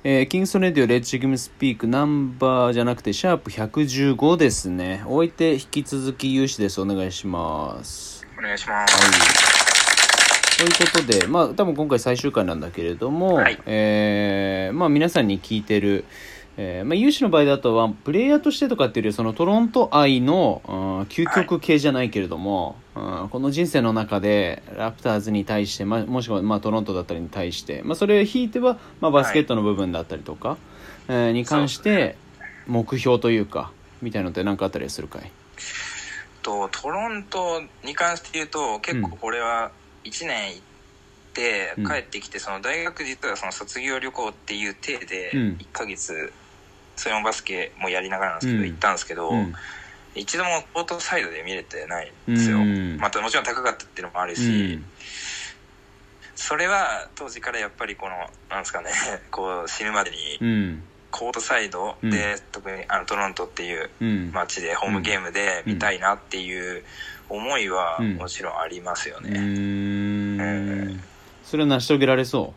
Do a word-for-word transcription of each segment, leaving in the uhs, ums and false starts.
えー、キングストンレディオレッチグムスピークナンバーじゃなくてシャープひゃくじゅうごですね。おいて引き続き有志です。お願いします。 お願いします。 はい。ということで、まあ多分今回最終回なんだけれども、はい、えー、まあ皆さんに聞いてる、えー、まあ有志の場合だとはプレイヤーとしてとかっていうよりそのトロント愛の、うん、究極系じゃないけれども、はい、うん、この人生の中でラプターズに対して、まあ、もしくはまあトロントだったりに対して、まあ、それを引いては、まあ、バスケットの部分だったりとか、はい、えー、に関して目標というかみたいなのって何かあったりするかい？ とトロントに関して言うと結構これはいちねん行って帰ってきて、その大学実はその卒業旅行っていう体でいっかげつソヨンバスケもやりながらなんですけど、うん、行ったんですけど、うん、一度もコートサイドで見れてないんですよ、うん、またもちろん高かったっていうのもあるし、うん、それは当時からやっぱりこのなんですかねこう死ぬまでにコートサイドで、うん、特にあのトロントっていう街でホームゲームで見たいなっていう思いはもちろんありますよね、うんうん、 えー、それは成し遂げられそう？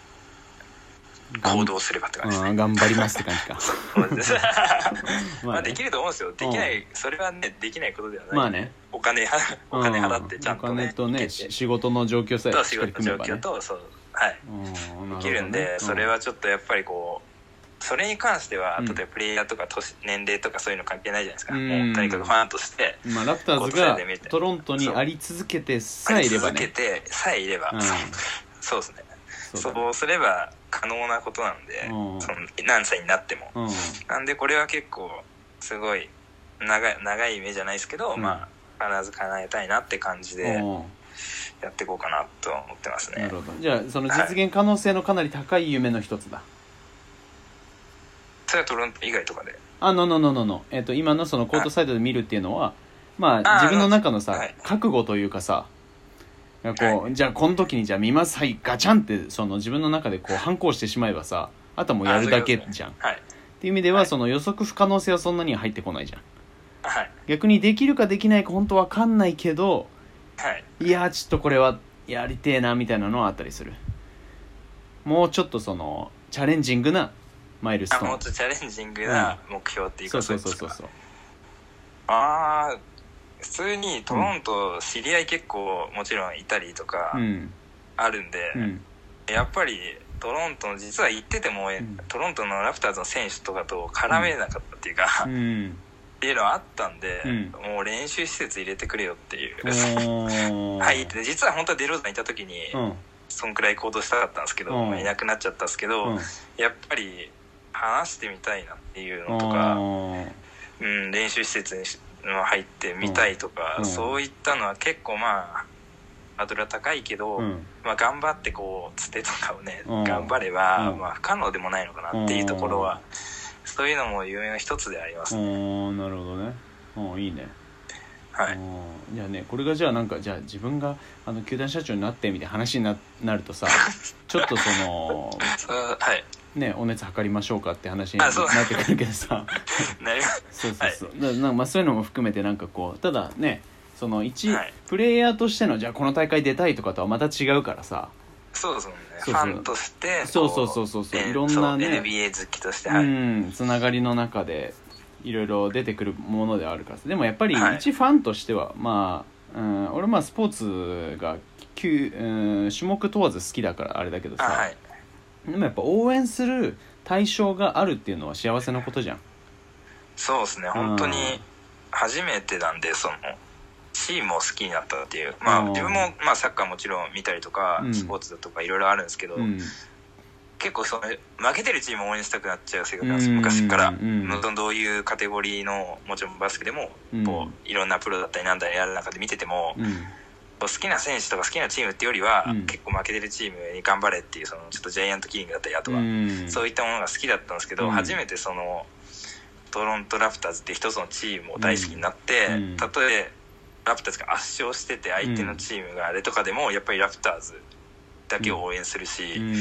行動すればって感じですね。 頑張りますって感じかまあできると思うんですよ。できない、それはねできないことではない。 まあね、 お金お金払ってちゃんとね、 お金とね仕事の状況さえしっかり組めばね、 仕事の状況とそうはいできるんで、それはちょっとやっぱりこうそれに関しては、うん、例えばプレイヤーとか年年齢とかそういうの関係ないじゃないですか、うん、もうとにかくファンとして、 まあ、ラプターズがトロントにあり続けてさえいればね、 あり続けてさえいれば、うん、そうですね、そうそうすれば可能なことなんで、うん、その何歳になっても、うん、なんでこれは結構すごい長い長い目じゃないですけど、うん、まあ必ず叶えたいなって感じでやっていこうかなと思ってますね。 なるほど。じゃあその実現可能性のかなり高い夢の一つだ、はい、 それはトロント以外とかであののののの、えー、と今のそのコートサイドで見るっていうのはまあ自分の中のさ、はい、覚悟というかさこう、はい、じゃあこの時にじゃあ見ますはいガチャンってその自分の中でこう反抗してしまえばさ、あとはもうやるだけじゃん、ね、はい、っていう意味では、はい、その予測不可能性はそんなには入ってこないじゃん、はい、逆にできるかできないか本当わかんないけど、はい、いやちょっとこれはやりてえなみたいなのはあったりする？もうちょっとそのチャレンジングなマイルストーン、 あもうちょっとチャレンジングな目標っていうか、うん、 そうそうそうそう、 ああ普通にトロント知り合い結構もちろんいたりとかあるんで、うんうん、やっぱりトロントの実は行ってても、うん、トロントのラプターズの選手とかと絡めなかったっていうか、うん、っていうのはあったんで、うん、もう練習施設入れてくれよっていうはい実は本当はデローザンいた時に、うん、そんくらい行動したかったんですけど、まあ、いなくなっちゃったんですけど、うん、やっぱり話してみたいなっていうのとか、うん、練習施設に入ってみたいとか、うん、そういったのは結構まあハードルは高いけど、うん、まあ、頑張ってこうつてとかをね、うん、頑張れば、うん、まあ、不可能でもないのかなっていうところは、うん、そういうのも夢の一つでありますね。 うん、なるほどね。うん、いいね。はい。じゃあねこれがじゃあなんかじゃあ自分があの球団社長になってみたいな話に な, なるとさちょっとそのはいね、お熱測りましょうかって話になってくるけどさそうそうそう、はい、だなんかまあそういうのも含めてなんかこうただねその一、はい、プレイヤーとしてのじゃあこの大会出たいとかとはまた違うからさ、 そうですね、ファンとしてそうそうそうそうそういろんなねエヌビーエー 好きとして、はい、 うんつながりの中でいろいろ出てくるものではあるから、でもやっぱり一ファンとしては、はい、まあ、うん、俺まあスポーツが、うん、種目問わず好きだからあれだけどさ、はい、でもやっぱ応援する対象があるっていうのは幸せなことじゃん。 そうですね、本当に初めてなんでそのチームを好きになったっていう、まあ自分もまあサッカーもちろん見たりとか、うん、スポーツだとかいろいろあるんですけど、うん、結構その負けてるチームを応援したくなっちゃう性格なんですよ、昔から、うん、どういうカテゴリーのもちろんバスケでも、うん、こういろんなプロだったりなんだりやる中で見てても、うん、好きな選手とか好きなチームっていうよりは、うん、結構負けてるチームに頑張れっていうそのちょっとジャイアントキリングだったりあとは、うん、そういったものが好きだったんですけど、うん、初めてそのトロントラプターズって一つのチームを大好きになって、うん、たとえラプターズが圧勝してて相手のチームがあれとかでもやっぱりラプターズだけを応援するし、うん、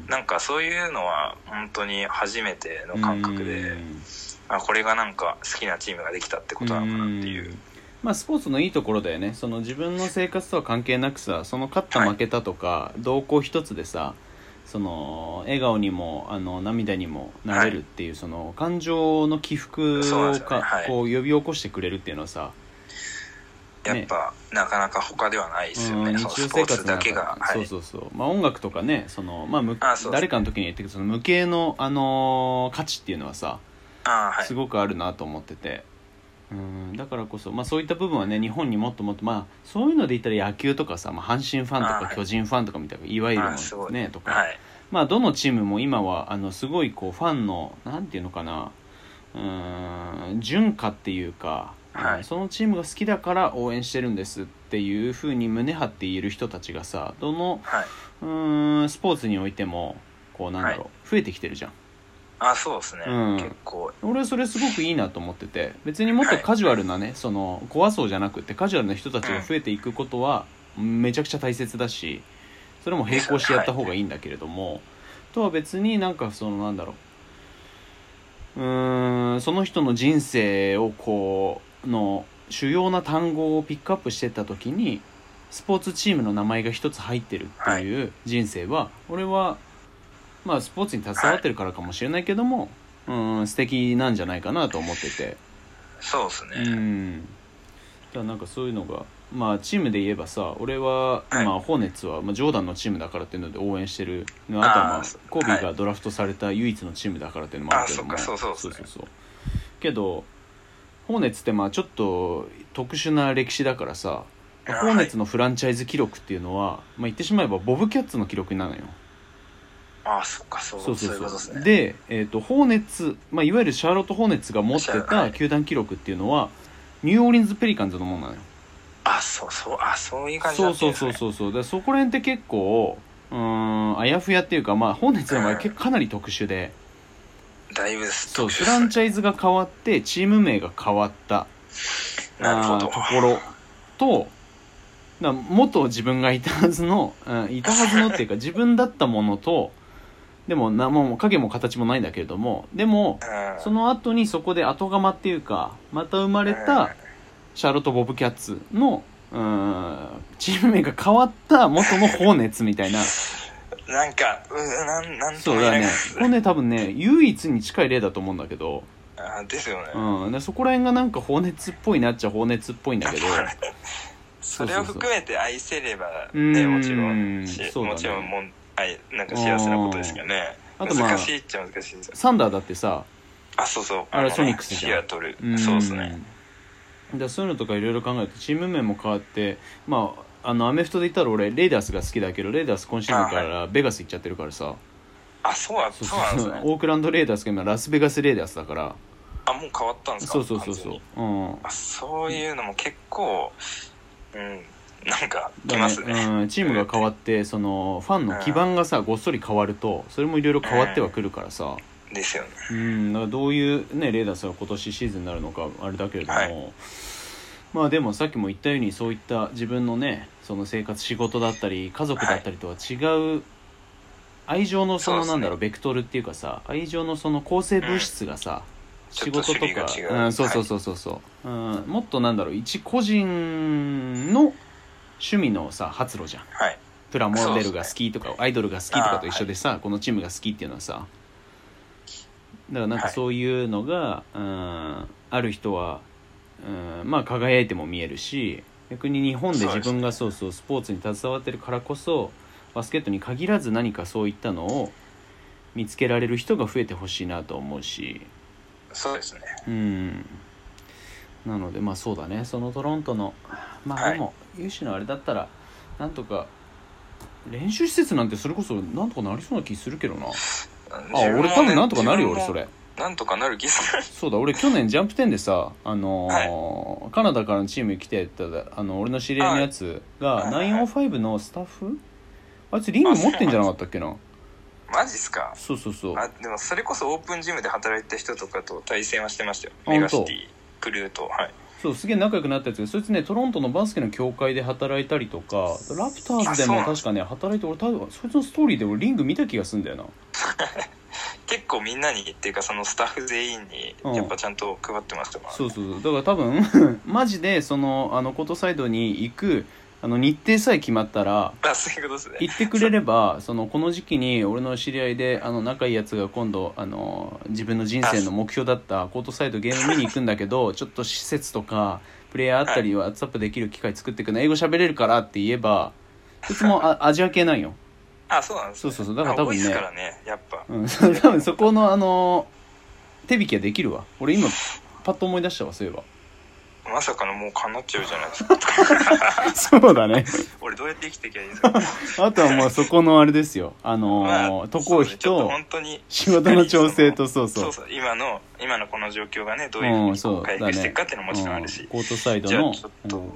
なんかそういうのは本当に初めての感覚で、うん、あこれがなんか好きなチームができたってことなのかなっていう、うん、 まあ、スポーツのいいところだよね。その自分の生活とは関係なくさ、その勝った負けたとか、はい、動向一つでさ、 その笑顔にもあの涙にもなれるっていう、はい、その感情の起伏をか、ねはい、こう呼び起こしてくれるっていうのはさ、 やっぱ、ね、なかなか他ではないですよね、うん、日常生活だけが、 はい、そうそうそう、まあ、音楽とかねその、まあ、むあ誰かの時に言ってるその無形の、あのー、価値っていうのはさあ、はい、すごくあるなと思ってて、うん、だからこそ、まあ、そういった部分はね日本にもっともっと、まあ、そういうので言ったら野球とかさ、まあ、阪神ファンとか巨人ファンとかみたいな、はい、いわゆるねとか、はい、まあ、どのチームも今はあのすごいこうファンのなんていうのかな、うーん純化っていうか、はい、そのチームが好きだから応援してるんですっていう風に胸張って言える人たちがさどの、はい、うーんスポーツにおいてもこうなんだろう、はい、増えてきてるじゃん。 あ、そうですね、うん、結構俺はそれすごくいいなと思ってて、別にもっとカジュアルなね、はい、その怖そうじゃなくてカジュアルな人たちが増えていくことはめちゃくちゃ大切だし、それも並行してやった方がいいんだけれども、はい、とは別になんかそのなんだろううーんその人の人生をこうの主要な単語をピックアップしてった時にスポーツチームの名前が一つ入ってるっていう人生は、はい、俺はまあスポーツに携わってるからかもしれないけども、はい、うん素敵なんじゃないかなと思ってて、 そうですね、 うんだからなんかそういうのがまあチームで言えばさ俺は今、はい、ホーネッツは、まあ、ジョーダンのチームだからっていうので応援してるのあとは、まあ、コービーがドラフトされた唯一のチームだからっていうのもあるけども、 あそうかそうそうそうそうけどホーネッツってまあちょっと特殊な歴史だからさ、ホーネッツのフランチャイズ記録っていうのは、まあ、言ってしまえばボブキャッツの記録になるのよ。 ああそっかそうそうそうそういうことですね。 で、えーと、ホーネッツ、まあ、いわゆるシャーロット・ホーネッツが持ってた球団記録っていうのはニューオーリンズ・ペリカンズのものなのよ。 あそうそうあそういう感じだったんですね。 そうそうそうそうでそこら辺って結構うーんあやふやっていうか、まあ、ホーネッツの場合結構かなり特殊で、 だいぶそうフランチャイズが変わってチーム名が変わったなるほどところとだ元自分がいたはずの、うん、いたはずのっていうか自分だったものとでもなもう影も形もないんだけれどもでも、うん、その後にそこで後釜っていうかまた生まれたシャーロット・ボブキャッツの、うん、チーム名が変わった元のホーネッツみたいななんかうなんなんとそうだねこれね多分ね唯一に近い例だと思うんだけどあですよね、 うん、でそこら辺がなんか放熱っぽいなっちゃ放熱っぽいんだけどそれを含めて愛せればねもちろんし、ね、もちろんもん愛なんか幸せなことですけどね。あと、まあ、難しいっちゃ難しいですよ。 サンダーだってさあそうそうあれソニックスじゃん。 シアトルそうですね。 でそういうのとかいろいろ考えるとチーム名も変わってまああのアメフトで言ったら俺レイダースが好きだけどレイダース今シーズンからベガス行っちゃってるからさあそうはそうなんですね。 オークランドレイダースが今ラスベガスレイダースだからあもう変わったんですか。 そうそうそうそう、うん、 あそういうのも結構うんなんかきますね、 うん、チームが変わってそのファンの基盤がさ、うん、ごっそり変わるとそれもいろいろ変わってはくるからさ、 うん、ですよね、 うん、だからどういうねレイダースが今年シーズンになるのかあれだけれども、はい、まあでもさっきも言ったようにそういった自分のねその生活仕事だったり家族だったりとは違う愛情のそのなんだろう、ベクトルっていうかさ愛情のその構成物質がさ、うん、仕事とかうん、そうそうそうそうそう、はい、うん、もっとなんだろう一個人の趣味のさ発露じゃん、 はい、 プラモデルが好きとか、ね、アイドルが好きとかと一緒でさ、はい、このチームが好きっていうのはさだからなんかそういうのが、はい、うんある人はうんまあ輝いても見えるし逆に日本で自分がそうそうスポーツに携わってるからこそバスケットに限らず何かそういったのを見つけられる人が増えてほしいなと思うしそうですねうんなのでまあそうだねそのトロントのまあでも有志のあれだったらなんとか練習施設なんてそれこそなんとかなりそうな気するけどなあ俺多分なんとかなるよ俺それなんとかなる気するそうだ俺去年ジャンプテンでさあのーはい、カナダからのチームに来てたあの俺の知り合いのやつがナインオーファイブのスタッフあいつリング持ってんじゃなかったっけなマジっすか。 そうそうそうあでもそれこそオープンジムで働いた人とかと対戦はしてましたよメガシティクルーとはいそうすげえ仲良くなったやつでそいつねトロントのバスケの協会で働いたりとかラプターズでも確かね働いて俺多分そいつのストーリーで俺リング見た気がするんだよな結構みんなにっていうかそのスタッフ全員にやっぱちゃんと配ってましたから、ねうん、そうそうだから多分マジでそのあのコートサイドに行くあの日程さえ決まったらあ、そういうことですね。 言ってくれればそのこの時期に俺の知り合いであの仲いいやつが今度あの自分の人生の目標だったコートサイドゲーム見に行くんだけどちょっと施設とかプレイヤーあったりワッツアップできる機会作っていくの英語喋れるからって言えばそいつもあアジア系なんよ。 あ、そうなんですね。 そうそうそうだから多分ね、多いですからねやっぱ、 うん、多分そこのあの手引きはできるわ。俺今パッと思い出したわそういえば。 まさかのもう叶っちゃうじゃないですかそうだね俺どうやって生きていけばいいですかあとはもうそこのあれですよあのーまあ、渡航費と仕事の調整とそうそうそうそう今の今のこの状況がねどういうふうにこう回復していくかっていうのももちろんあるし、 うん、コートサイドのちょっと、うん、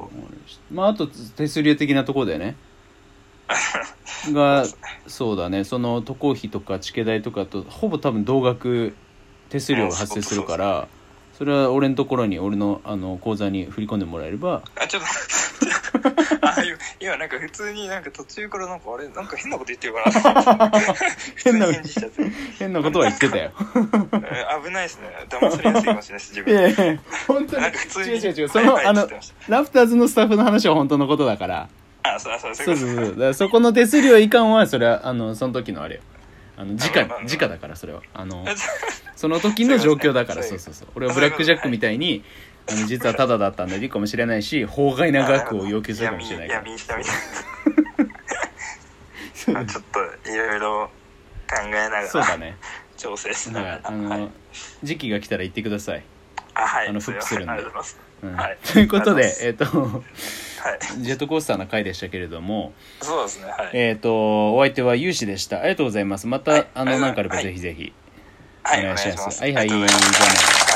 まああと手数料的なところだよねがそうだねその渡航費とかチケ代とかとほぼ多分同額手数料が発生するから、うんそれは俺のところに俺のあの口座に振り込んでもらえればあちょっとあ今今なんか普通になんか途中からなんかあれなんか変なこと言ってるかな変な変なことは言ってたよ危ないですね騙されやすいかもしれないです自分いやいや本当に違う違う違うその、はいはい、あのラフターズのスタッフの話は本当のことだからあそうそうそうそうそうだからそこの手数料いかんはそれはあのその時のあれよあの時価時価だからそれはあのその時の状況だからそうそうそう俺はブラックジャックみたいにあの実はタダだったんでいいかもしれないし法外な額を要求するかもしれないから闇下みたいなちょっといろいろ考えながらそうだね調整しながらあの、はい、時期が来たら言ってくださいあはいあのフックするんでありがとうございます、 うんはい、 ということでえっ、ー、とはい、 ジェットコースターな回でしたけれどもそうですね、はい、 えっ、ー、とお相手はユウシでした。ありがとうございます。また、はい、あの何かあればぜひぜひお願いします。はいはい、じゃあね。